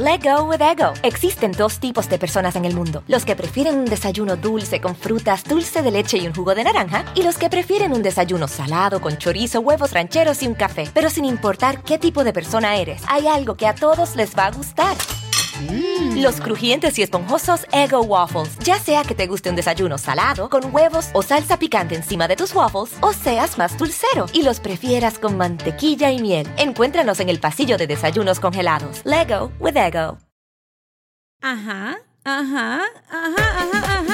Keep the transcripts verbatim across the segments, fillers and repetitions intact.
Let go with ego. Existen dos tipos de personas en el mundo. Los que prefieren un desayuno dulce con frutas, dulce de leche y un jugo de naranja. Y los que prefieren un desayuno salado con chorizo, huevos rancheros y un café. Pero sin importar qué tipo de persona eres, hay algo que a todos les va a gustar. Mm. Los crujientes y esponjosos Eggo Waffles. Ya sea que te guste un desayuno salado, con huevos o salsa picante encima de tus waffles, o seas más dulcero y los prefieras con mantequilla y miel. Encuéntranos en el pasillo de desayunos congelados. Lego with Eggo. Ajá, ajá, ajá, ajá, ajá.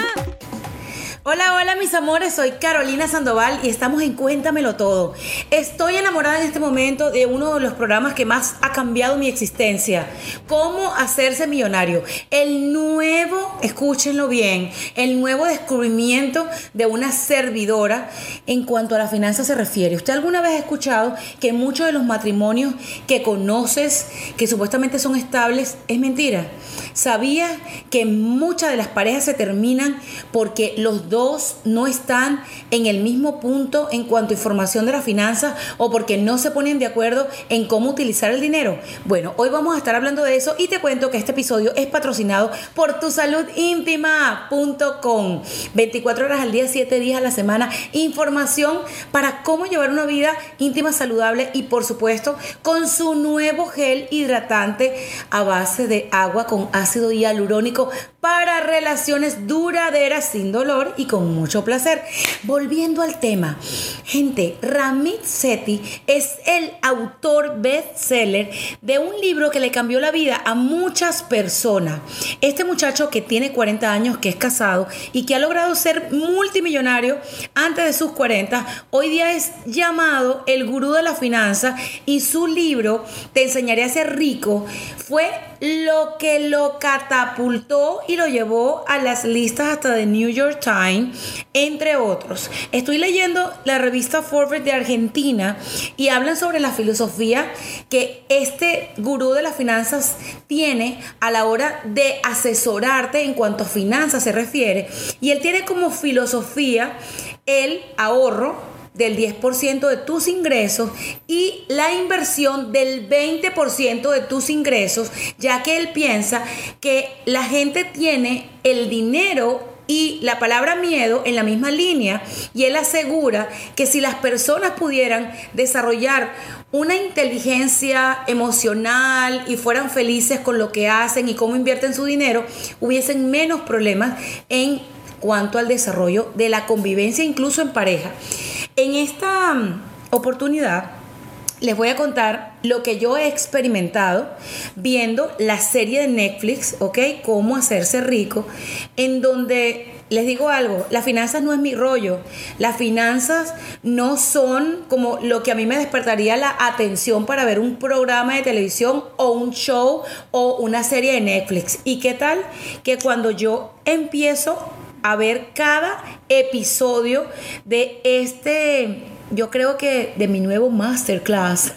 Hola, hola mis amores, soy Carolina Sandoval y estamos en Cuéntamelo Todo. Estoy enamorada en este momento de uno de los programas que más ha cambiado mi existencia. Cómo hacerse millonario. El nuevo, escúchenlo bien, el nuevo descubrimiento de una servidora en cuanto a la finanza se refiere. ¿Usted alguna vez ha escuchado que muchos de los matrimonios que conoces, que supuestamente son estables, es mentira? ¿Sabías que muchas de las parejas se terminan porque los dos Dos no están en el mismo punto en cuanto a información de las finanzas o porque no se ponen de acuerdo en cómo utilizar el dinero? Bueno, hoy vamos a estar hablando de eso y te cuento que este episodio es patrocinado por tu salud íntima punto com. veinticuatro horas al día, siete días a la semana, información para cómo llevar una vida íntima saludable y por supuesto con su nuevo gel hidratante a base de agua con ácido hialurónico para relaciones duraderas sin dolor y con mucho placer. Volviendo al tema, gente, Ramit Sethi es el autor bestseller de un libro que le cambió la vida a muchas personas. Este muchacho que tiene cuarenta años, que es casado y que ha logrado ser multimillonario antes de sus cuarenta, hoy día es llamado el gurú de la finanza y su libro, Te enseñaré a ser rico, fue lo que lo catapultó y lo llevó a las listas hasta de New York Times, entre otros. Estoy leyendo la revista Forbes de Argentina y hablan sobre la filosofía que este gurú de las finanzas tiene a la hora de asesorarte en cuanto a finanzas se refiere. Y él tiene como filosofía el ahorro del diez por ciento de tus ingresos y la inversión del veinte por ciento de tus ingresos, ya que él piensa que la gente tiene el dinero y la palabra miedo en la misma línea, y él asegura que si las personas pudieran desarrollar una inteligencia emocional y fueran felices con lo que hacen y cómo invierten su dinero, hubiesen menos problemas en cuanto al desarrollo de la convivencia, incluso en pareja. En esta um, oportunidad les voy a contar lo que yo he experimentado viendo la serie de Netflix, ¿ok? Cómo hacerse rico, en donde les digo algo, las finanzas no es mi rollo. Las finanzas no son como lo que a mí me despertaría la atención para ver un programa de televisión o un show o una serie de Netflix. ¿Y qué tal? Que cuando yo empiezo a ver cada episodio de este, yo creo que de mi nuevo masterclass,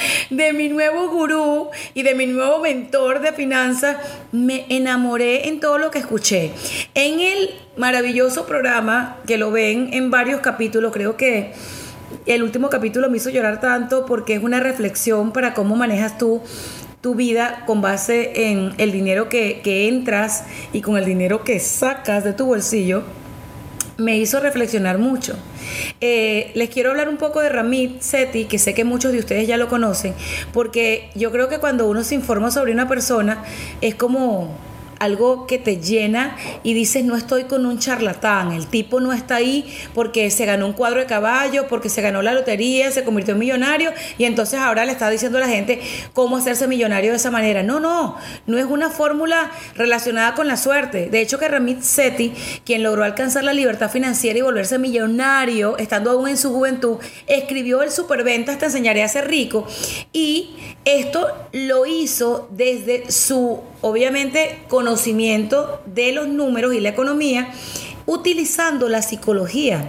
de mi nuevo gurú y de mi nuevo mentor de finanzas, me enamoré en todo lo que escuché. En el maravilloso programa, que lo ven en varios capítulos, creo que el último capítulo me hizo llorar tanto porque es una reflexión para cómo manejas tú tu vida con base en el dinero que, que entras y con el dinero que sacas de tu bolsillo. Me hizo reflexionar mucho. Eh, les quiero hablar un poco de Ramit Sethi, que sé que muchos de ustedes ya lo conocen, porque yo creo que cuando uno se informa sobre una persona es como algo que te llena y dices, no estoy con un charlatán, el tipo no está ahí porque se ganó un cuadro de caballo, porque se ganó la lotería, se convirtió en millonario y entonces ahora le está diciendo a la gente cómo hacerse millonario de esa manera. No, no, no es una fórmula relacionada con la suerte. De hecho, que Ramit Sethi, quien logró alcanzar la libertad financiera y volverse millonario estando aún en su juventud, escribió el Superventas, Te enseñaré a ser rico, y esto lo hizo desde su, obviamente, conocimiento de los números y la economía, utilizando la psicología.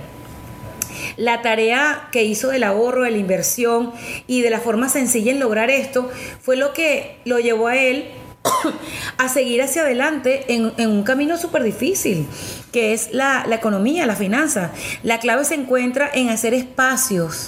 La tarea que hizo del ahorro, de la inversión y de la forma sencilla en lograr esto fue lo que lo llevó a él a seguir hacia adelante en, en un camino súper difícil, que es la, la economía, la finanza. La clave se encuentra en hacer espacios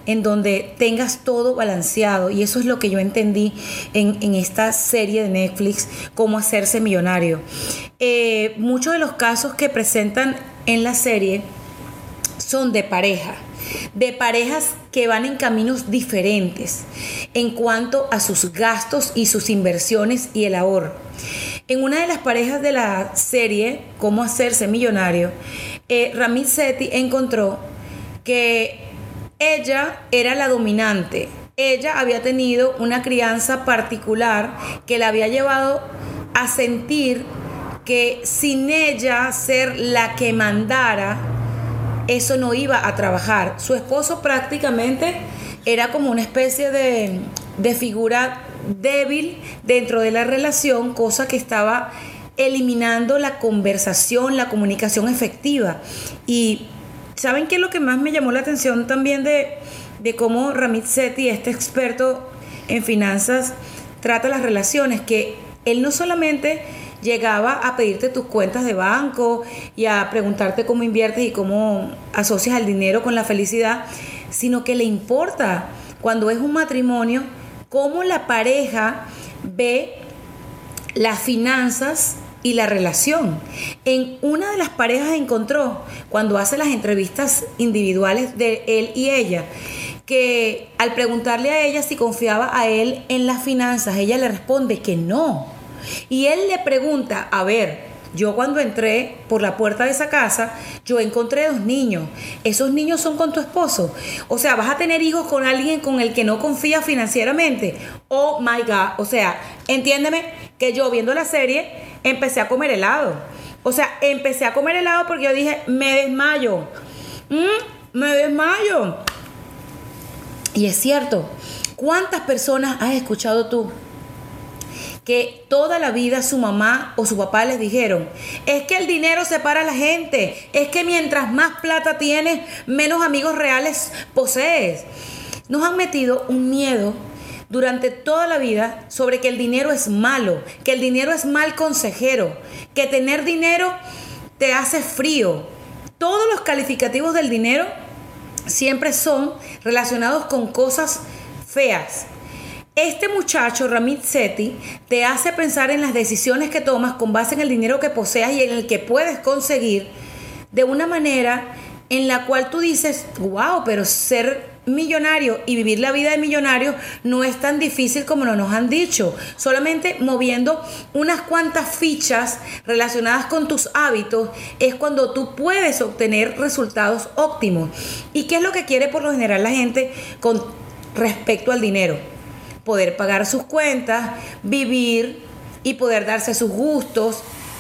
en donde tengas todo balanceado. Y eso es lo que yo entendí en, en esta serie de Netflix, Cómo hacerse millonario. Eh, muchos de los casos que presentan en la serie son de pareja, de parejas que van en caminos diferentes en cuanto a sus gastos y sus inversiones y el ahorro. En una de las parejas de la serie, Cómo hacerse millonario, eh, Ramit Sethi encontró que ella era la dominante. Ella había tenido una crianza particular que la había llevado a sentir que sin ella ser la que mandara, eso no iba a trabajar. Su esposo prácticamente era como una especie de, de figura débil dentro de la relación, cosa que estaba eliminando la conversación, la comunicación efectiva. Y ¿saben qué es lo que más me llamó la atención también de, de cómo Ramit Sethi, este experto en finanzas, trata las relaciones? Que él no solamente llegaba a pedirte tus cuentas de banco y a preguntarte cómo inviertes y cómo asocias el dinero con la felicidad, sino que le importa, cuando es un matrimonio, cómo la pareja ve las finanzas y la relación. En una de las parejas encontró, cuando hace las entrevistas individuales de él y ella, que al preguntarle a ella si confiaba a él en las finanzas, ella le responde que no. Y él le pregunta, a ver, yo cuando entré por la puerta de esa casa, yo encontré dos niños. ¿Esos niños son con tu esposo? O sea, ¿vas a tener hijos con alguien con el que no confías financieramente? Oh my God. O sea, entiéndeme que yo viendo la serie empecé a comer helado. O sea, empecé a comer helado porque yo dije, me desmayo. ¿Mm? Me desmayo. Y es cierto. ¿Cuántas personas has escuchado tú que toda la vida su mamá o su papá les dijeron, es que el dinero separa a la gente, es que mientras más plata tienes, menos amigos reales posees? Nos han metido un miedo durante toda la vida sobre que el dinero es malo, que el dinero es mal consejero, que tener dinero te hace frío. Todos los calificativos del dinero siempre son relacionados con cosas feas. Este muchacho, Ramit Sethi, te hace pensar en las decisiones que tomas con base en el dinero que poseas y en el que puedes conseguir, de una manera en la cual tú dices, wow, pero ser millonario y vivir la vida de millonario no es tan difícil como nos han dicho. Solamente moviendo unas cuantas fichas relacionadas con tus hábitos es cuando tú puedes obtener resultados óptimos. ¿Y qué es lo que quiere por lo general la gente con respecto al dinero? Poder pagar sus cuentas, vivir y poder darse sus gustos,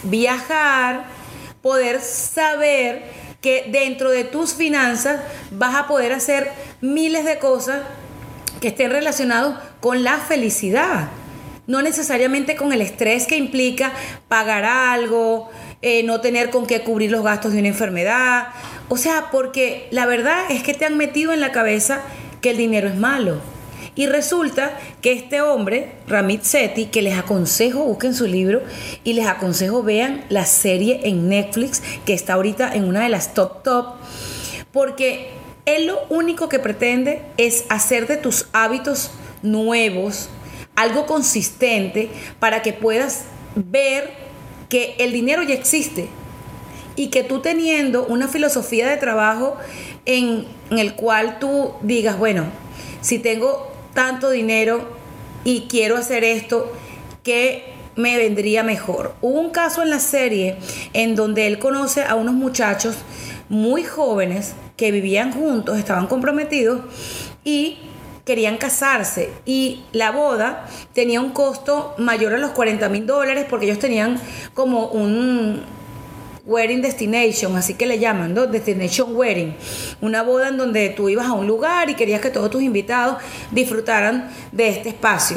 viajar, poder saber que dentro de tus finanzas vas a poder hacer miles de cosas que estén relacionadas con la felicidad, no necesariamente con el estrés que implica pagar algo, eh, no tener con qué cubrir los gastos de una enfermedad. O sea, porque la verdad es que te han metido en la cabeza que el dinero es malo. Y resulta que este hombre, Ramit Sethi, que les aconsejo, busquen su libro y les aconsejo vean la serie en Netflix, que está ahorita en una de las top top, porque él lo único que pretende es hacer de tus hábitos nuevos algo consistente para que puedas ver que el dinero ya existe y que tú teniendo una filosofía de trabajo en, en el cual tú digas, bueno, si tengo tanto dinero y quiero hacer esto, ¿qué me vendría mejor? Hubo un caso en la serie en donde él conoce a unos muchachos muy jóvenes que vivían juntos, estaban comprometidos y querían casarse, y la boda tenía un costo mayor a los cuarenta mil dólares porque ellos tenían como un wedding destination, así que le llaman, ¿no? Destination wedding, una boda en donde tú ibas a un lugar y querías que todos tus invitados disfrutaran de este espacio.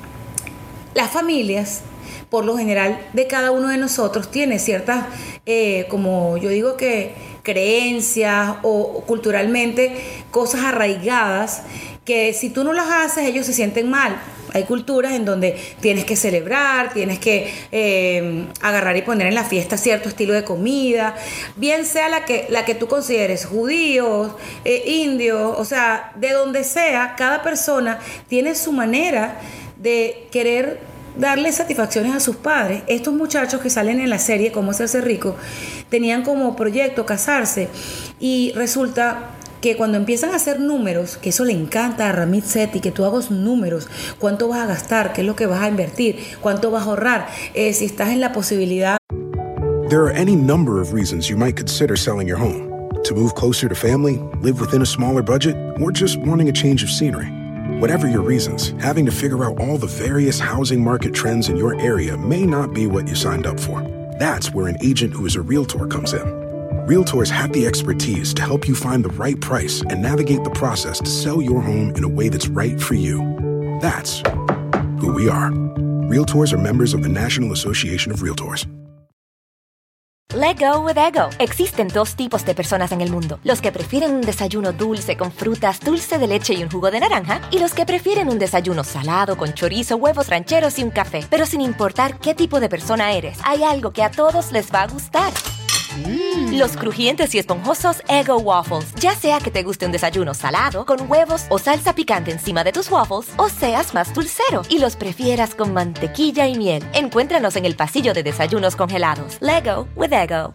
Las familias, por lo general, de cada uno de nosotros tiene ciertas, eh, como yo digo que creencias o culturalmente cosas arraigadas que si tú no las haces ellos se sienten mal. Hay culturas en donde tienes que celebrar, tienes que eh, agarrar y poner en la fiesta cierto estilo de comida, bien sea la que, la que tú consideres, judíos, eh, indios, o sea, de donde sea, cada persona tiene su manera de querer darle satisfacciones a sus padres. Estos muchachos que salen en la serie Cómo hacerse rico tenían como proyecto casarse y resulta que cuando empiezan a hacer números, que eso le encanta a Ramit Sethi, que tú hagas números, cuánto vas a gastar, qué es lo que vas a invertir, cuánto vas a ahorrar, eh, si estás en la posibilidad. There are any number of reasons you might consider selling your home. To move closer to family, live within a smaller budget, or just wanting a change of scenery. Whatever your reasons, having to figure out all the various housing market trends in your area may not be what you signed up for. That's where an agent who is a realtor comes in. Realtors have the expertise to help you find the right price and navigate the process to sell your home in a way that's right for you. That's who we are. Realtors are members of the National Association of Realtors. Let go with ego. Existen dos tipos de personas en el mundo. Los que prefieren un desayuno dulce con frutas, dulce de leche y un jugo de naranja. Y los que prefieren un desayuno salado con chorizo, huevos rancheros y un café. Pero sin importar qué tipo de persona eres, hay algo que a todos les va a gustar. Mm. Los crujientes y esponjosos Eggo Waffles. Ya sea que te guste un desayuno salado, con huevos o salsa picante encima de tus waffles, o seas más dulcero y los prefieras con mantequilla y miel. Encuéntranos en el pasillo de desayunos congelados. Lego with Eggo.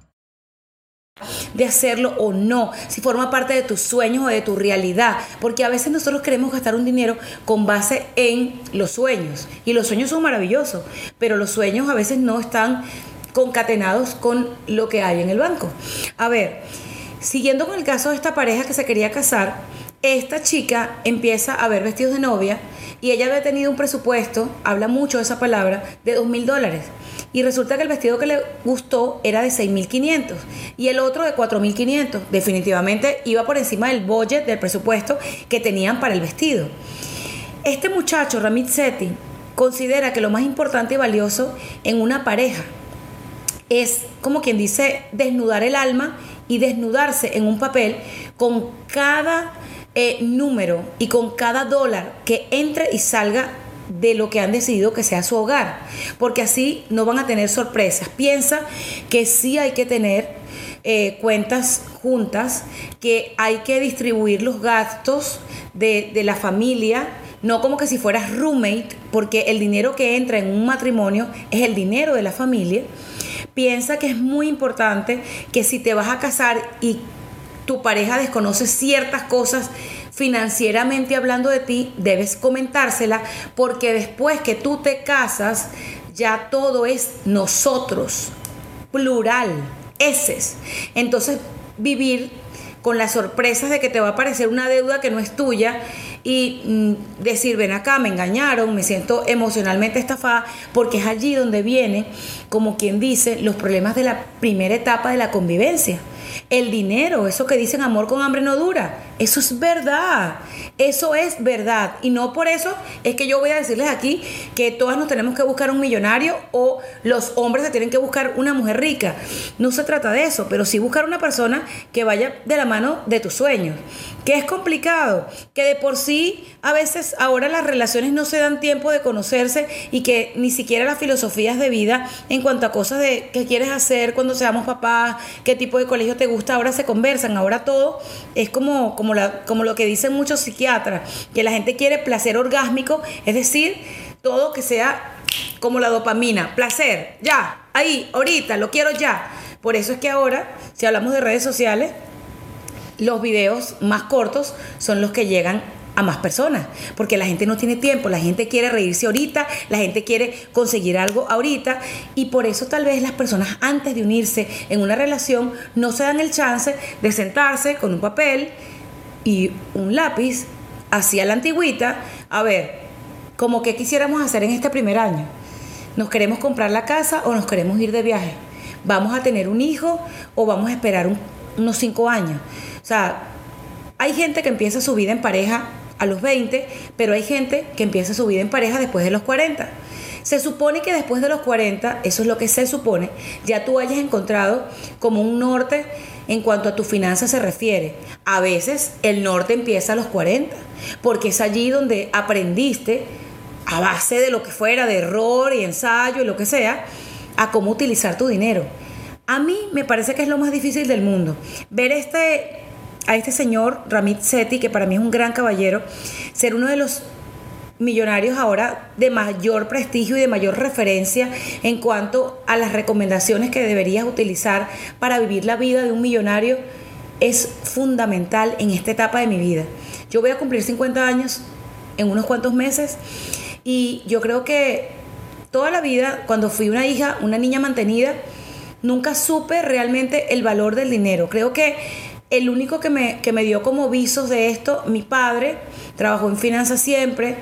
De hacerlo o no, si forma parte de tus sueños o de tu realidad, porque a veces nosotros queremos gastar un dinero con base en los sueños, y los sueños son maravillosos, pero los sueños a veces no están concatenados con lo que hay en el banco. A ver, siguiendo con el caso de esta pareja que se quería casar, esta chica empieza a ver vestidos de novia y ella había tenido un presupuesto, habla mucho de esa palabra, de dos mil dólares. Y resulta que el vestido que le gustó era de seis mil quinientos y el otro de cuatro mil quinientos. Definitivamente iba por encima del budget, del presupuesto que tenían para el vestido. Este muchacho, Ramit Sethi, considera que lo más importante y valioso en una pareja es, como quien dice, desnudar el alma y desnudarse en un papel con cada eh, número y con cada dólar que entre y salga de lo que han decidido que sea su hogar, porque así no van a tener sorpresas. Piensa que sí hay que tener eh, cuentas juntas, que hay que distribuir los gastos de, de la familia, no como que si fueras roommate, porque el dinero que entra en un matrimonio es el dinero de la familia. Piensa que es muy importante que si te vas a casar y tu pareja desconoce ciertas cosas financieramente hablando de ti, debes comentársela, porque después que tú te casas, ya todo es nosotros, plural, eses. Entonces, vivir con las sorpresas de que te va a aparecer una deuda que no es tuya y mm, decir, ven acá, me engañaron, me siento emocionalmente estafada, porque es allí donde vienen, como quien dice, los problemas de la primera etapa de la convivencia. El dinero, eso que dicen amor con hambre no dura, eso es verdad, eso es verdad, y no por eso es que yo voy a decirles aquí que todas nos tenemos que buscar un millonario o los hombres se tienen que buscar una mujer rica. No se trata de eso, pero sí buscar una persona que vaya de la mano de tus sueños, que es complicado, que de por sí a veces ahora las relaciones no se dan tiempo de conocerse y que ni siquiera las filosofías de vida en cuanto a cosas de qué quieres hacer cuando seamos papás, qué tipo de colegio te gusta, ahora se conversan. Ahora todo es como, como, la, como lo que dicen muchos psiquiatras, que la gente quiere placer orgásmico, es decir, todo que sea como la dopamina, placer, ya, ahí, ahorita, lo quiero ya. Por eso es que ahora, si hablamos de redes sociales, los videos más cortos son los que llegan a más personas, porque la gente no tiene tiempo, la gente quiere reírse ahorita, la gente quiere conseguir algo ahorita, y por eso tal vez las personas antes de unirse en una relación no se dan el chance de sentarse con un papel y un lápiz hacia la antigüita, a ver, como que quisiéramos hacer en este primer año. ¿Nos queremos comprar la casa o nos queremos ir de viaje? ¿Vamos a tener un hijo o vamos a esperar un, unos cinco años? O sea, hay gente que empieza su vida en pareja a los veinte, pero hay gente que empieza su vida en pareja después de los cuarenta. Se supone que después de los cuarenta, eso es lo que se supone, ya tú hayas encontrado como un norte en cuanto a tu finanza se refiere. A veces el norte empieza a los cuarenta, porque es allí donde aprendiste a base de lo que fuera, de error y ensayo y lo que sea, a cómo utilizar tu dinero. A mí me parece que es lo más difícil del mundo. Ver este, a este señor, Ramit Sethi, que para mí es un gran caballero, ser uno de los millonarios ahora de mayor prestigio y de mayor referencia en cuanto a las recomendaciones que deberías utilizar para vivir la vida de un millonario, es fundamental en esta etapa de mi vida. Yo voy a cumplir cincuenta años en unos cuantos meses y yo creo que toda la vida, cuando fui una hija, una niña mantenida, nunca supe realmente el valor del dinero. Creo que el único que me, que me dio como visos de esto, mi padre trabajó en finanzas siempre,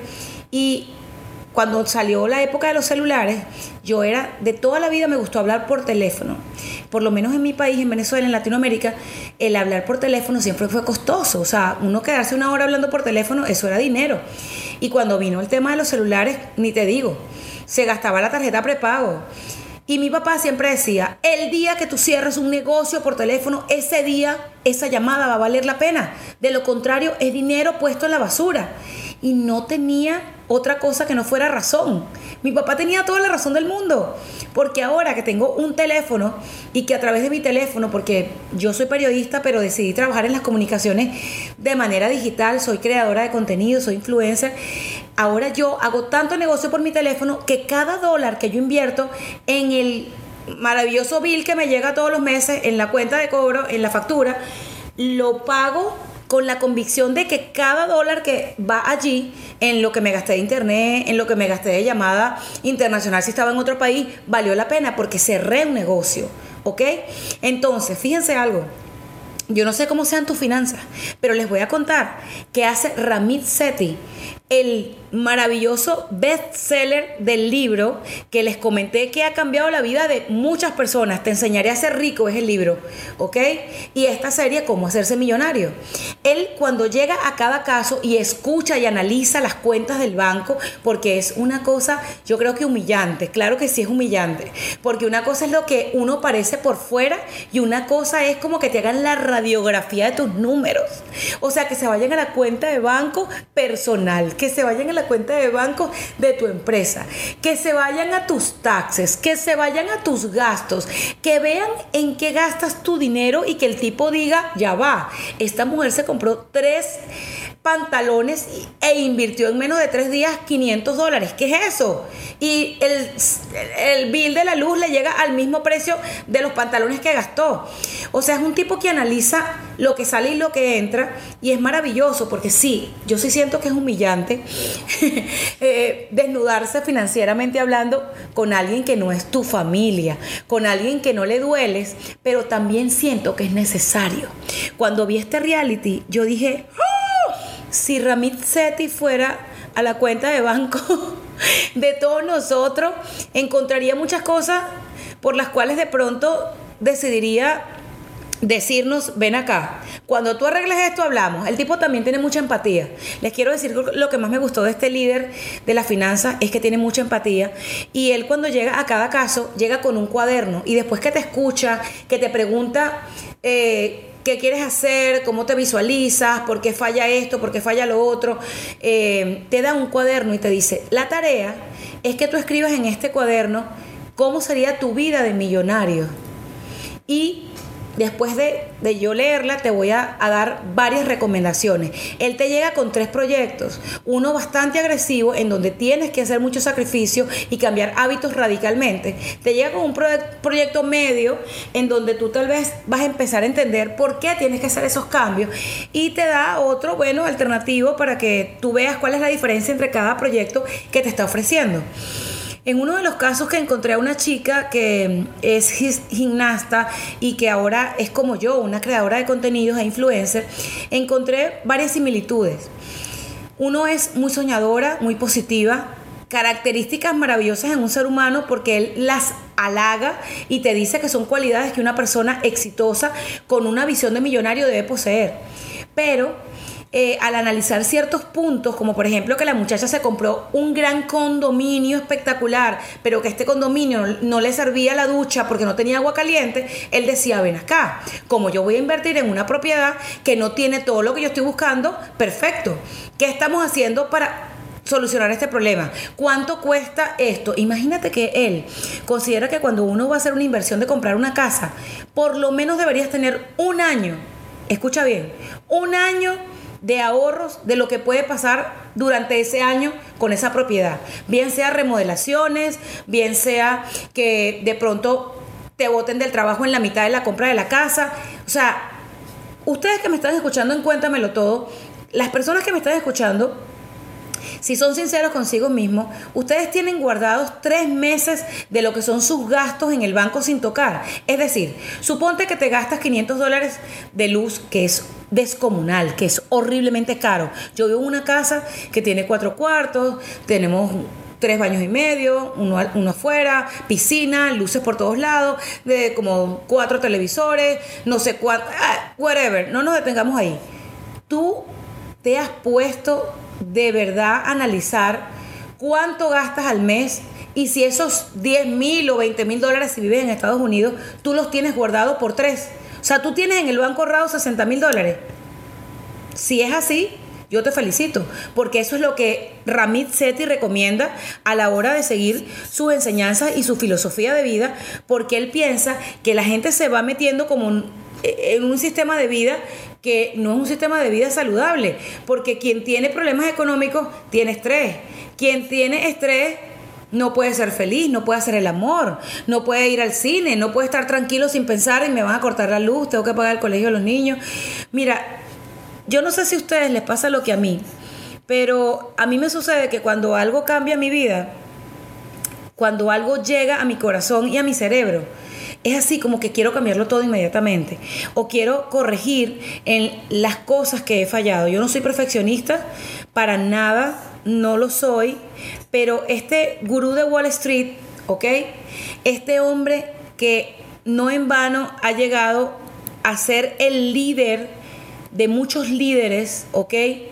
y cuando salió la época de los celulares, yo era, de toda la vida me gustó hablar por teléfono. Por lo menos en mi país, en Venezuela, en Latinoamérica, el hablar por teléfono siempre fue costoso. O sea, uno quedarse una hora hablando por teléfono, eso era dinero. Y cuando vino el tema de los celulares, ni te digo, se gastaba la tarjeta prepago. Y mi papá siempre decía, el día que tú cierres un negocio por teléfono, ese día, esa llamada va a valer la pena. De lo contrario, es dinero puesto en la basura. Y no tenía otra cosa que no fuera razón. Mi papá tenía toda la razón del mundo. Porque ahora que tengo un teléfono y que a través de mi teléfono, porque yo soy periodista, pero decidí trabajar en las comunicaciones de manera digital, soy creadora de contenido, soy influencer. Ahora yo hago tanto negocio por mi teléfono que cada dólar que yo invierto en el maravilloso bill que me llega todos los meses, en la cuenta de cobro, en la factura, lo pago con la convicción de que cada dólar que va allí, en lo que me gasté de internet, en lo que me gasté de llamada internacional si estaba en otro país, valió la pena porque cerré un negocio, ¿ok? Entonces, fíjense algo. Yo no sé cómo sean tus finanzas, pero les voy a contar que hace Ramit Sethi, el maravilloso bestseller del libro que les comenté que ha cambiado la vida de muchas personas. Te enseñaré a ser rico, es el libro, ¿ok? Y esta serie, Cómo hacerse millonario. Él, cuando llega a cada caso y escucha y analiza las cuentas del banco, porque es una cosa, yo creo que humillante, claro que sí es humillante, porque una cosa es lo que uno parece por fuera y una cosa es como que te hagan la radiografía de tus números. O sea, que se vayan a la cuenta de banco personal, que se vayan a la cuenta de banco de tu empresa, que se vayan a tus taxes, que se vayan a tus gastos, que vean en qué gastas tu dinero y que el tipo diga, ya va, esta mujer se compró tres pantalones e invirtió en menos de tres días quinientos dólares. ¿Qué es eso? Y el, el bill de la luz le llega al mismo precio de los pantalones que gastó. O sea, es un tipo que analiza lo que sale y lo que entra, y es maravilloso porque sí, yo sí siento que es humillante eh, desnudarse financieramente hablando con alguien que no es tu familia, con alguien que no le dueles, pero también siento que es necesario. Cuando vi este reality, yo dije, ¡oh! Si Ramit Sethi fuera a la cuenta de banco de todos nosotros, encontraría muchas cosas por las cuales de pronto decidiría decirnos, ven acá, cuando tú arregles esto hablamos. El tipo también tiene mucha empatía. Les quiero decir lo que más me gustó de este líder de las finanzas es que tiene mucha empatía, y él cuando llega a cada caso llega con un cuaderno, y después que te escucha, que te pregunta eh, qué quieres hacer, cómo te visualizas, por qué falla esto, por qué falla lo otro, eh, te da un cuaderno y te dice, la tarea es que tú escribas en este cuaderno cómo sería tu vida de millonario. Y después de, de yo leerla, te voy a, a dar varias recomendaciones. Él te llega con tres proyectos. Uno bastante agresivo, en donde tienes que hacer mucho sacrificio y cambiar hábitos radicalmente. Te llega con un pro, proyecto medio, en donde tú tal vez vas a empezar a entender por qué tienes que hacer esos cambios. Y te da otro, bueno, alternativo para que tú veas cuál es la diferencia entre cada proyecto que te está ofreciendo. En uno de los casos que encontré a una chica que es gimnasta y que ahora es como yo, una creadora de contenidos e influencer, encontré varias similitudes. Uno es muy soñadora, muy positiva, características maravillosas en un ser humano porque él las halaga y te dice que son cualidades que una persona exitosa con una visión de millonario debe poseer. Pero Eh, al analizar ciertos puntos, como por ejemplo que la muchacha se compró un gran condominio espectacular, pero que este condominio no, no le servía la ducha porque no tenía agua caliente, él decía, ven acá, como yo voy a invertir en una propiedad que no tiene todo lo que yo estoy buscando, perfecto. ¿Qué estamos haciendo para solucionar este problema. ¿Cuánto cuesta esto? Imagínate que él considera que cuando uno va a hacer una inversión de comprar una casa, por lo menos deberías tener un año, escucha bien, un año de ahorros de lo que puede pasar durante ese año con esa propiedad. Bien sea remodelaciones, bien sea que de pronto te boten del trabajo en la mitad de la compra de la casa. O sea, ustedes que me están escuchando en Cuéntamelo Todo, las personas que me están escuchando, si son sinceros consigo mismos, ustedes tienen guardados tres meses de lo que son sus gastos en el banco sin tocar. Es decir, suponte que te gastas quinientos dólares de luz, que es descomunal, que es horriblemente caro. Yo vivo en una casa que tiene cuatro cuartos, tenemos tres baños y medio, uno, uno afuera, piscina, luces por todos lados, de como cuatro televisores, no sé cuánto, ah, whatever, no nos detengamos ahí. Tú te has puesto de verdad a analizar cuánto gastas al mes y si esos diez mil o veinte mil dólares, si vives en Estados Unidos, tú los tienes guardados por tres. O sea, tú tienes en el banco ahorrado sesenta mil dólares. Si es así, yo te felicito, porque eso es lo que Ramit Sethi recomienda a la hora de seguir sus enseñanzas y su filosofía de vida, porque él piensa que la gente se va metiendo como un, en un sistema de vida que no es un sistema de vida saludable, porque quien tiene problemas económicos tiene estrés, quien tiene estrés no puede ser feliz, no puede hacer el amor, no puede ir al cine, no puede estar tranquilo sin pensar y me van a cortar la luz, tengo que pagar el colegio de los niños. Mira, yo no sé si a ustedes les pasa lo que a mí, pero a mí me sucede que cuando algo cambia mi vida, cuando algo llega a mi corazón y a mi cerebro, es así como que quiero cambiarlo todo inmediatamente o quiero corregir en las cosas que he fallado. Yo no soy perfeccionista, para nada, no lo soy, pero este gurú de Wall Street, ¿ok? Este hombre que no en vano ha llegado a ser el líder de muchos líderes, ¿ok?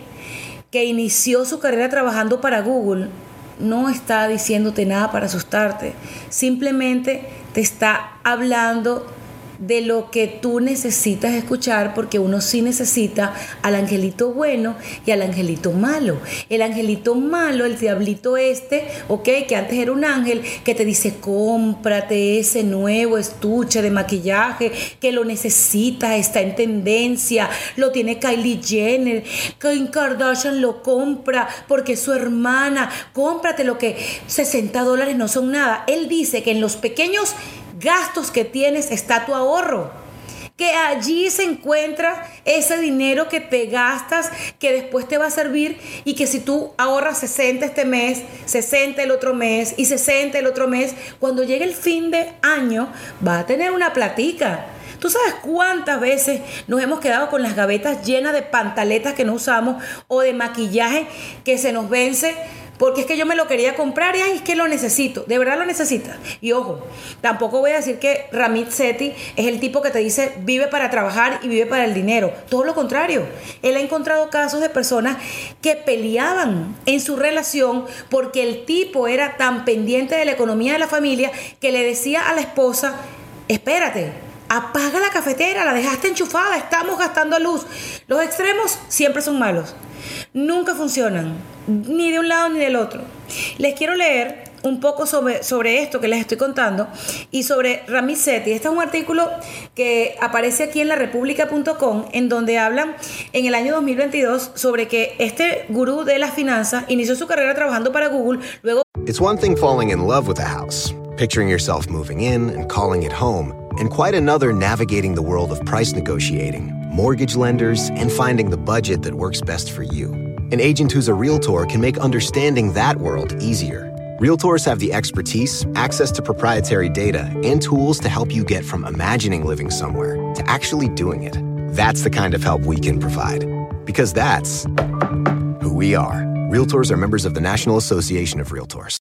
Que inició su carrera trabajando para Google, no está diciéndote nada para asustarte, simplemente te está hablando de lo que tú necesitas escuchar, porque uno sí necesita al angelito bueno y al angelito malo. El angelito malo, el diablito este, ok, que antes era un ángel, que te dice cómprate ese nuevo estuche de maquillaje, que lo necesitas, está en tendencia, lo tiene Kylie Jenner, Kim Kardashian lo compra porque es su hermana, cómprate lo que sesenta dólares no son nada. Él dice que en los pequeños gastos que tienes está tu ahorro, que allí se encuentra ese dinero que te gastas, que después te va a servir, y que si tú ahorras sesenta este mes, sesenta el otro mes y sesenta el otro mes, cuando llegue el fin de año va a tener una platica. ¿Tú sabes cuántas veces nos hemos quedado con las gavetas llenas de pantaletas que no usamos o de maquillaje que se nos vence? Porque es que yo me lo quería comprar y ay, es que lo necesito. De verdad lo necesitas. Y ojo, tampoco voy a decir que Ramit Sethi es el tipo que te dice vive para trabajar y vive para el dinero. Todo lo contrario. Él ha encontrado casos de personas que peleaban en su relación porque el tipo era tan pendiente de la economía de la familia que le decía a la esposa, espérate, apaga la cafetera, la dejaste enchufada, estamos gastando luz. Los extremos siempre son malos. Nunca funcionan, ni de un lado ni del otro. Les quiero leer un poco sobre, sobre esto que les estoy contando y sobre Ramit Sethi. Este es un artículo que aparece aquí en la república punto com, en donde hablan en el año dos mil veintidós sobre que este gurú de las finanzas inició su carrera trabajando para Google, luego... It's one thing falling in love with a house, picturing yourself moving in and calling it home, and quite another navigating the world of price negotiating, mortgage lenders, and finding the budget that works best for you. An agent who's a Realtor can make understanding that world easier. Realtors have the expertise, access to proprietary data, and tools to help you get from imagining living somewhere to actually doing it. That's the kind of help we can provide. Because that's who we are. Realtors are members of the National Association of Realtors.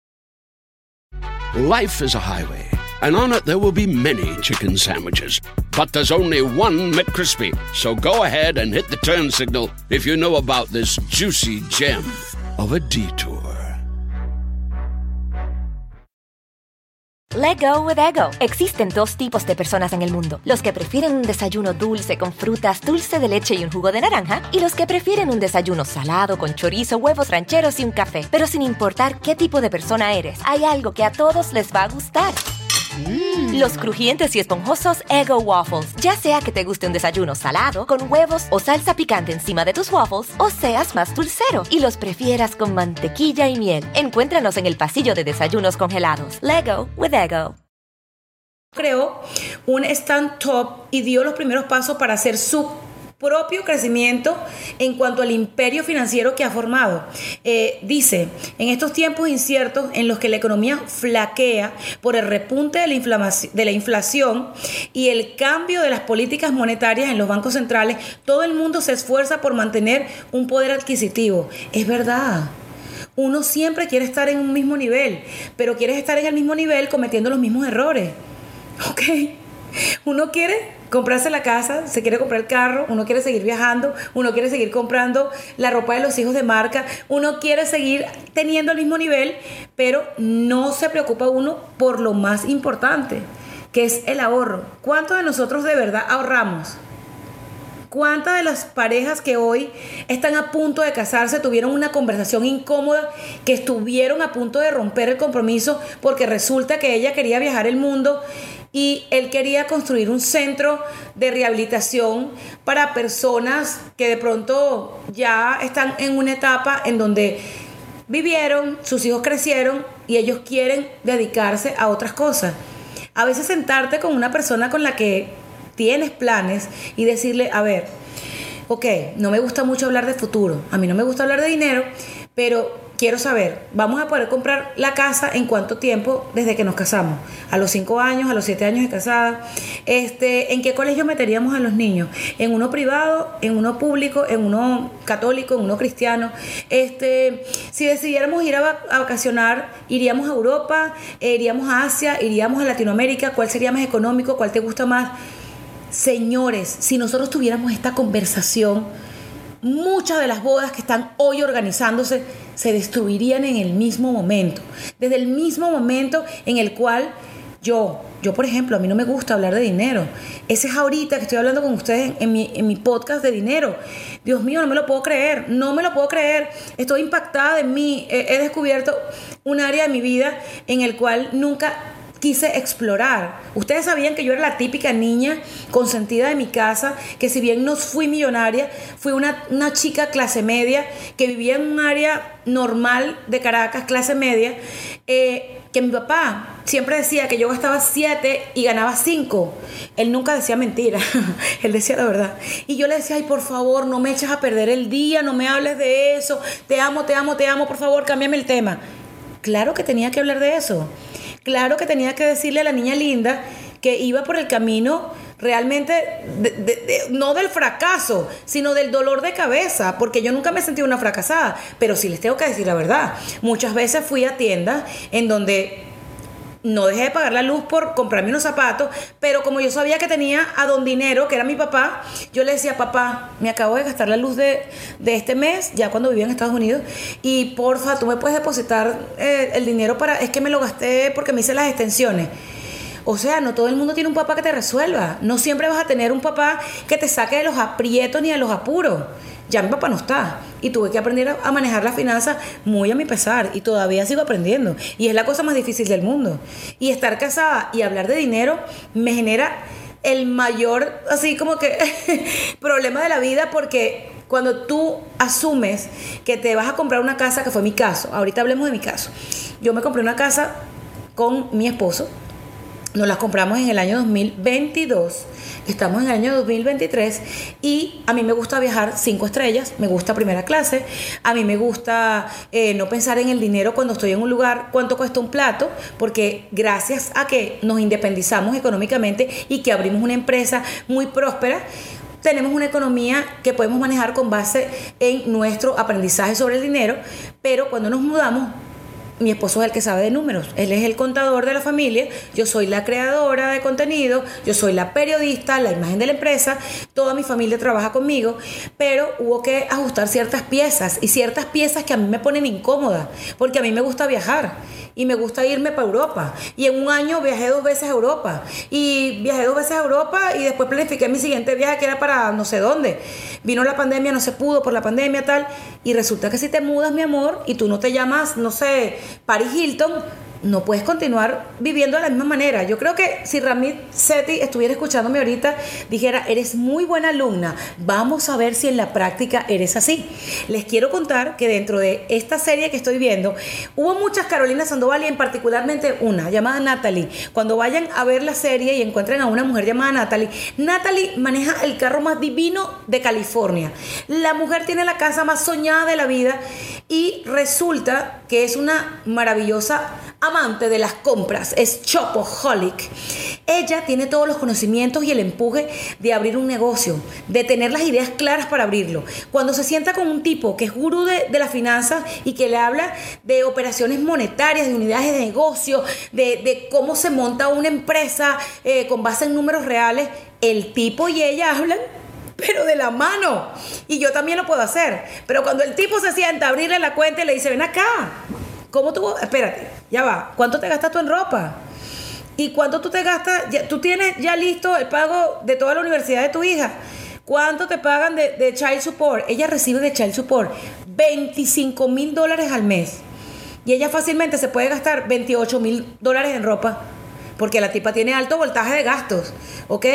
Life is a highway, and on it there will be many chicken sandwiches. But there's only one McCrispy. So go ahead and hit the turn signal if you know about this juicy gem of a detour. Let go with ego. Existen dos tipos de personas en el mundo. Los que prefieren un desayuno dulce con frutas, dulce de leche y un jugo de naranja. Y los que prefieren un desayuno salado con chorizo, huevos rancheros y un café. Pero sin importar qué tipo de persona eres, hay algo que a todos les va a gustar. Mm. Los crujientes y esponjosos Eggo Waffles. Ya sea que te guste un desayuno salado, con huevos o salsa picante encima de tus waffles, o seas más dulcero y los prefieras con mantequilla y miel. Encuéntranos en el pasillo de desayunos congelados. Leggo with Eggo. Creó un stand-up y dio los primeros pasos para hacer su propio crecimiento en cuanto al imperio financiero que ha formado. Eh, dice, en estos tiempos inciertos en los que la economía flaquea por el repunte de la, inflamación, de la inflación y el cambio de las políticas monetarias en los bancos centrales, todo el mundo se esfuerza por mantener un poder adquisitivo. Es verdad. Uno siempre quiere estar en un mismo nivel, pero quieres estar en el mismo nivel cometiendo los mismos errores. ¿Ok? Uno quiere comprarse la casa, se quiere comprar el carro, uno quiere seguir viajando, uno quiere seguir comprando la ropa de los hijos de marca, uno quiere seguir teniendo el mismo nivel, pero no se preocupa uno por lo más importante, que es el ahorro. ¿Cuántos de nosotros de verdad ahorramos? ¿Cuántas de las parejas que hoy están a punto de casarse tuvieron una conversación incómoda, que estuvieron a punto de romper el compromiso porque resulta que ella quería viajar el mundo y él quería construir un centro de rehabilitación para personas que de pronto ya están en una etapa en donde vivieron, sus hijos crecieron y ellos quieren dedicarse a otras cosas? A veces sentarte con una persona con la que tienes planes y decirle, a ver, ok, no me gusta mucho hablar de futuro, a mí no me gusta hablar de dinero, pero quiero saber, ¿vamos a poder comprar la casa en cuánto tiempo desde que nos casamos? ¿A los cinco años, a los siete años de casada? Este, ¿en qué colegio meteríamos a los niños? ¿En uno privado, en uno público, en uno católico, en uno cristiano? Este, si decidiéramos ir a, a vacacionar, ¿iríamos a Europa? Eh, ¿Iríamos a Asia? ¿Iríamos a Latinoamérica? ¿Cuál sería más económico? ¿Cuál te gusta más? Señores, si nosotros tuviéramos esta conversación, muchas de las bodas que están hoy organizándose se destruirían en el mismo momento. Desde el mismo momento en el cual yo, yo por ejemplo, a mí no me gusta hablar de dinero. Ese es ahorita que estoy hablando con ustedes en, en, mi, en mi podcast de dinero. Dios mío, no me lo puedo creer, no me lo puedo creer. Estoy impactada de mí. He, he descubierto un área de mi vida en el cual nunca quise explorar. Ustedes sabían que yo era la típica niña consentida de mi casa, que si bien no fui millonaria, fui una, una chica clase media, que vivía en un área normal de Caracas, clase media, eh, que mi papá siempre decía que yo gastaba siete y ganaba cinco. Él nunca decía mentira, él decía la verdad. Y yo le decía, ay, por favor, no me eches a perder el día, no me hables de eso, te amo, te amo, te amo, por favor, cámbiame el tema. Claro que tenía que hablar de eso. Claro que tenía que decirle a la niña linda que iba por el camino realmente, de, de, de, no del fracaso, sino del dolor de cabeza, porque yo nunca me sentí una fracasada, pero sí les tengo que decir la verdad. Muchas veces fui a tiendas en donde no dejé de pagar la luz por comprarme unos zapatos, pero como yo sabía que tenía a don Dinero, que era mi papá, yo le decía, papá, me acabo de gastar la luz de, de este mes, ya cuando vivía en Estados Unidos, y porfa, tú me puedes depositar eh, el dinero para, es que me lo gasté porque me hice las extensiones. O sea, no todo el mundo tiene un papá que te resuelva. No siempre vas a tener un papá que te saque de los aprietos ni de los apuros. Ya mi papá no está. Y tuve que aprender a manejar las finanzas muy a mi pesar. Y todavía sigo aprendiendo. Y es la cosa más difícil del mundo. Y estar casada y hablar de dinero me genera el mayor, así como que, problema de la vida, porque cuando tú asumes que te vas a comprar una casa, que fue mi caso, ahorita hablemos de mi caso. Yo me compré una casa con mi esposo. Nos las compramos en el año dos mil veintidós, estamos en el año dos mil veintitrés y a mí me gusta viajar cinco estrellas, me gusta primera clase, a mí me gusta eh, no pensar en el dinero cuando estoy en un lugar, cuánto cuesta un plato, porque gracias a que nos independizamos económicamente y que abrimos una empresa muy próspera, tenemos una economía que podemos manejar con base en nuestro aprendizaje sobre el dinero, pero cuando nos mudamos, mi esposo es el que sabe de números, él es el contador de la familia, yo soy la creadora de contenido, yo soy la periodista, la imagen de la empresa, toda mi familia trabaja conmigo, pero hubo que ajustar ciertas piezas y ciertas piezas que a mí me ponen incómoda, porque a mí me gusta viajar y me gusta irme para Europa, y en un año viajé dos veces a Europa y viajé dos veces a Europa y después planifiqué mi siguiente viaje que era para no sé dónde. Vino la pandemia, no se pudo por la pandemia tal, y resulta que si te mudas, mi amor, y tú no te llamas, no sé, Paris Hilton, no puedes continuar viviendo de la misma manera. Yo creo que si Ramit Sethi estuviera escuchándome ahorita, dijera, eres muy buena alumna, vamos a ver si en la práctica eres así. Les quiero contar que dentro de esta serie que estoy viendo, hubo muchas Carolina Sandoval y en particularmente una llamada Natalie. Cuando vayan a ver la serie y encuentren a una mujer llamada Natalie, Natalie maneja el carro más divino de California. La mujer tiene la casa más soñada de la vida y resulta que es una maravillosa amante de las compras, es shopaholic. Ella tiene todos los conocimientos y el empuje de abrir un negocio, de tener las ideas claras para abrirlo. Cuando se sienta con un tipo que es gurú de, de las finanzas y que le habla de operaciones monetarias, de unidades de negocio, de, de cómo se monta una empresa eh, con base en números reales, el tipo y ella hablan pero de la mano, y yo también lo puedo hacer. Pero cuando el tipo se sienta a abrirle la cuenta y le dice, ven acá, ¿cómo tú? Espérate, ya va. ¿Cuánto te gastas tú en ropa? ¿Y cuánto tú te gastas? Ya, ¿tú tienes ya listo el pago de toda la universidad de tu hija? ¿Cuánto te pagan de, de child support? Ella recibe de child support veinticinco mil dólares al mes. Y ella fácilmente se puede gastar veintiocho mil dólares en ropa. Porque la tipa tiene alto voltaje de gastos. ¿Ok?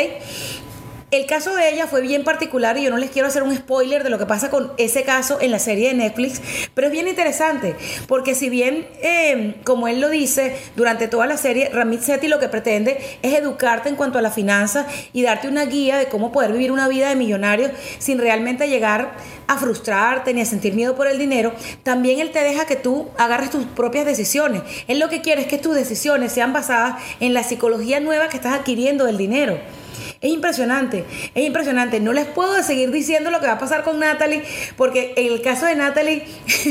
El caso de ella fue bien particular y yo no les quiero hacer un spoiler de lo que pasa con ese caso en la serie de Netflix, pero es bien interesante porque si bien, eh, como él lo dice, durante toda la serie, Ramit Sethi lo que pretende es educarte en cuanto a la finanza y darte una guía de cómo poder vivir una vida de millonario sin realmente llegar a frustrarte ni a sentir miedo por el dinero. También él te deja que tú agarres tus propias decisiones. Él lo que quiere es que tus decisiones sean basadas en la psicología nueva que estás adquiriendo del dinero. Es impresionante, es impresionante. No les puedo seguir diciendo lo que va a pasar con Natalie, porque en el caso de Natalie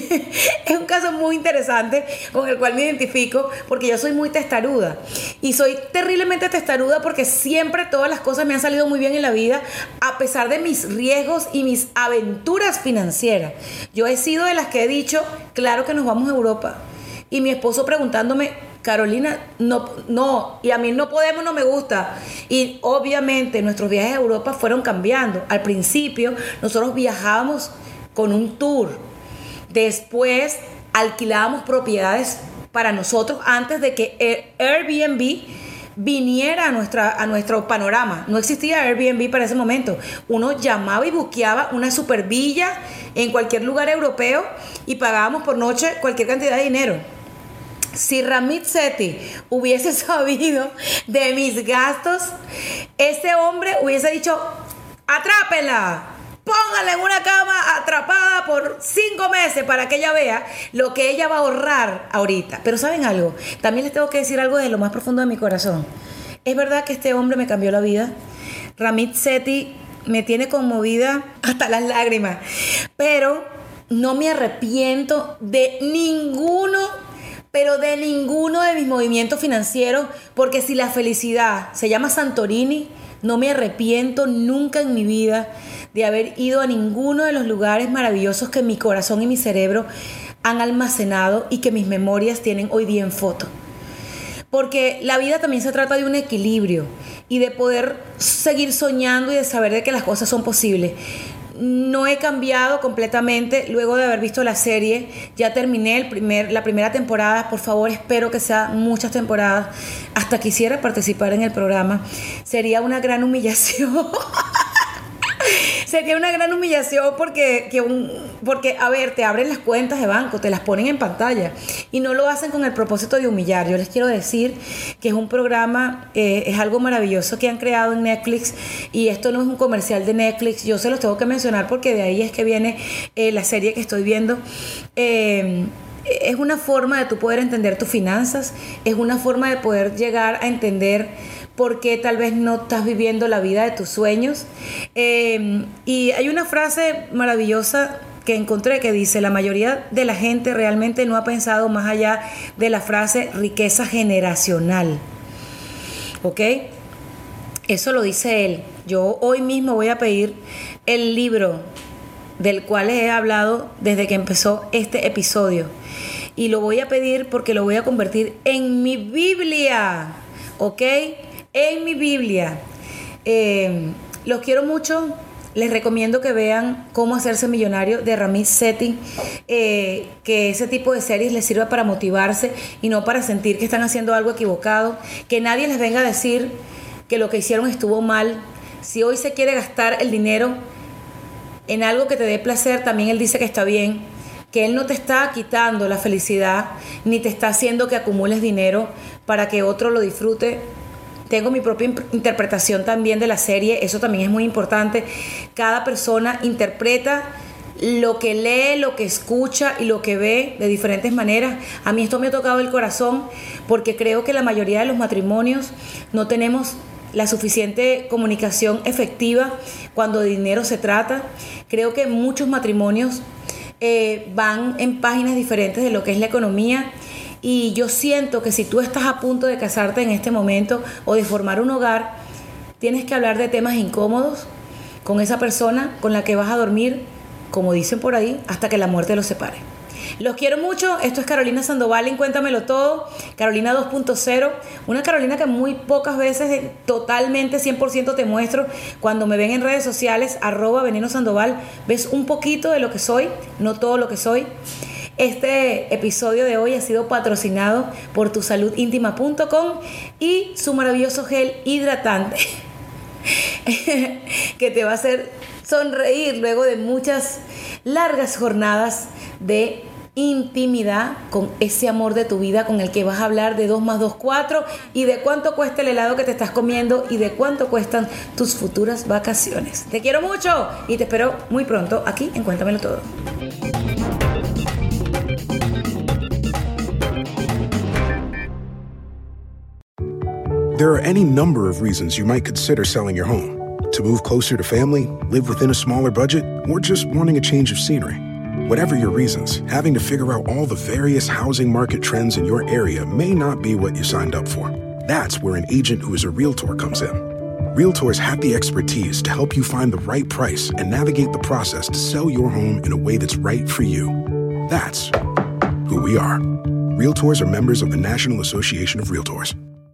es un caso muy interesante con el cual me identifico, porque yo soy muy testaruda. Y soy terriblemente testaruda porque siempre todas las cosas me han salido muy bien en la vida, a pesar de mis riesgos y mis aventuras financieras. Yo he sido de las que he dicho, claro que nos vamos a Europa. Y mi esposo preguntándome, Carolina, no, no, y a mí no podemos, no me gusta. Y obviamente nuestros viajes a Europa fueron cambiando. Al principio nosotros viajábamos con un tour, después alquilábamos propiedades para nosotros antes de que Airbnb viniera a, nuestra, a nuestro panorama. No existía Airbnb para ese momento. Uno llamaba y buqueaba una super villa en cualquier lugar europeo y pagábamos por noche cualquier cantidad de dinero. Si Ramit Sethi hubiese sabido de mis gastos, ese hombre hubiese dicho, atrápela, póngala en una cama atrapada por cinco meses para que ella vea lo que ella va a ahorrar ahorita. Pero ¿saben algo? También les tengo que decir algo de lo más profundo de mi corazón. Es verdad que este hombre me cambió la vida. Ramit Sethi me tiene conmovida hasta las lágrimas, pero no me arrepiento de ninguno pero de ninguno de mis movimientos financieros, porque si la felicidad se llama Santorini, no me arrepiento nunca en mi vida de haber ido a ninguno de los lugares maravillosos que mi corazón y mi cerebro han almacenado y que mis memorias tienen hoy día en foto. Porque la vida también se trata de un equilibrio y de poder seguir soñando y de saber de que las cosas son posibles. No he cambiado completamente luego de haber visto la serie. Ya terminé el primer, la primera temporada. Por favor, espero que sea muchas temporadas. Hasta quisiera participar en el programa. Sería una gran humillación. Sería una gran humillación porque, que un, porque, a ver, te abren las cuentas de banco, te las ponen en pantalla y no lo hacen con el propósito de humillar. Yo les quiero decir que es un programa, eh, es algo maravilloso que han creado en Netflix y esto no es un comercial de Netflix. Yo se los tengo que mencionar porque de ahí es que viene eh, la serie que estoy viendo. Eh, es una forma de tú poder entender tus finanzas, es una forma de poder llegar a entender por qué tal vez no estás viviendo la vida de tus sueños. Eh, y hay una frase maravillosa que encontré que dice: la mayoría de la gente realmente no ha pensado más allá de la frase riqueza generacional. ¿Ok? Eso lo dice él. Yo hoy mismo voy a pedir el libro del cual les he hablado desde que empezó este episodio. Y lo voy a pedir porque lo voy a convertir en mi Biblia. ¿Ok? En mi Biblia. Eh, los quiero mucho. Les recomiendo que vean Cómo hacerse millonario de Ramit Sethi, eh, que ese tipo de series les sirva para motivarse y no para sentir que están haciendo algo equivocado, que nadie les venga a decir que lo que hicieron estuvo mal. Si hoy se quiere gastar el dinero en algo que te dé placer, también él dice que está bien, que él no te está quitando la felicidad ni te está haciendo que acumules dinero para que otro lo disfrute. Tengo mi propia interpretación también de la serie, eso también es muy importante. Cada persona interpreta lo que lee, lo que escucha y lo que ve de diferentes maneras. A mí esto me ha tocado el corazón porque creo que la mayoría de los matrimonios no tenemos la suficiente comunicación efectiva cuando de dinero se trata. Creo que muchos matrimonios eh, van en páginas diferentes de lo que es la economía. Y yo siento que si tú estás a punto de casarte en este momento o de formar un hogar, tienes que hablar de temas incómodos con esa persona con la que vas a dormir, como dicen por ahí, hasta que la muerte los separe. Los quiero mucho. Esto es Carolina Sandoval en Cuéntamelo Todo, Carolina dos punto cero. Una Carolina que muy pocas veces, totalmente cien por ciento te muestro. Cuando me ven en redes sociales, arroba Veneno Sandoval, ves un poquito de lo que soy, no todo lo que soy. Este episodio de hoy ha sido patrocinado por tu salud íntima punto com y su maravilloso gel hidratante que te va a hacer sonreír luego de muchas largas jornadas de intimidad con ese amor de tu vida con el que vas a hablar de dos más dos, cuatro, y de cuánto cuesta el helado que te estás comiendo y de cuánto cuestan tus futuras vacaciones. Te quiero mucho y te espero muy pronto aquí en Cuéntamelo Todo. There are any number of reasons you might consider selling your home. To move closer to family, live within a smaller budget, or just wanting a change of scenery. Whatever your reasons, having to figure out all the various housing market trends in your area may not be what you signed up for. That's where an agent who is a realtor comes in. Realtors have the expertise to help you find the right price and navigate the process to sell your home in a way that's right for you. That's who we are. Realtors are members of the National Association of Realtors.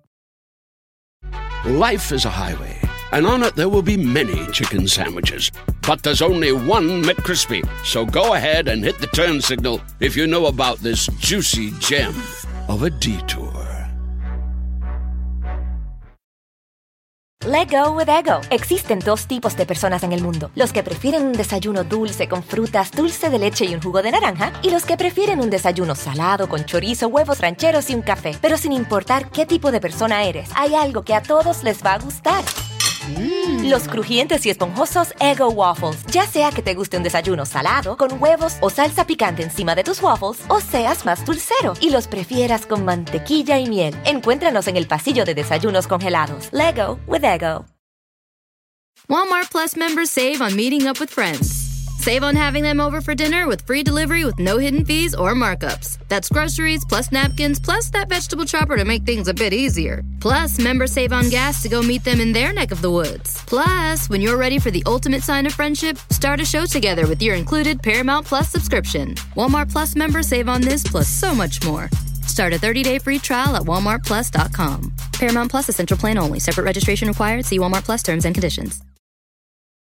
Life is a highway, and on it there will be many chicken sandwiches. But there's only one McCrispy. So go ahead and hit the turn signal if you know about this juicy gem of a detour. Let go with ego. Existen dos tipos de personas en el mundo. Los que prefieren un desayuno dulce con frutas, dulce de leche y un jugo de naranja. Y los que prefieren un desayuno salado con chorizo, huevos rancheros y un café. Pero sin importar qué tipo de persona eres, hay algo que a todos les va a gustar. Mm. Los crujientes y esponjosos Eggo Waffles. Ya sea que te guste un desayuno salado, con huevos o salsa picante encima de tus waffles, o seas más dulcero y los prefieras con mantequilla y miel. Encuéntranos en el pasillo de desayunos congelados. Leggo with Eggo. Walmart Plus members save on meeting up with friends. Save on having them over for dinner with free delivery with no hidden fees or markups. That's groceries, plus napkins, plus that vegetable chopper to make things a bit easier. Plus, members save on gas to go meet them in their neck of the woods. Plus, when you're ready for the ultimate sign of friendship, start a show together with your included Paramount Plus subscription. Walmart Plus members save on this plus so much more. Start a thirty-day free trial at walmart plus dot com. Paramount Plus Essential Plan only. Separate registration required. See Walmart Plus terms and conditions.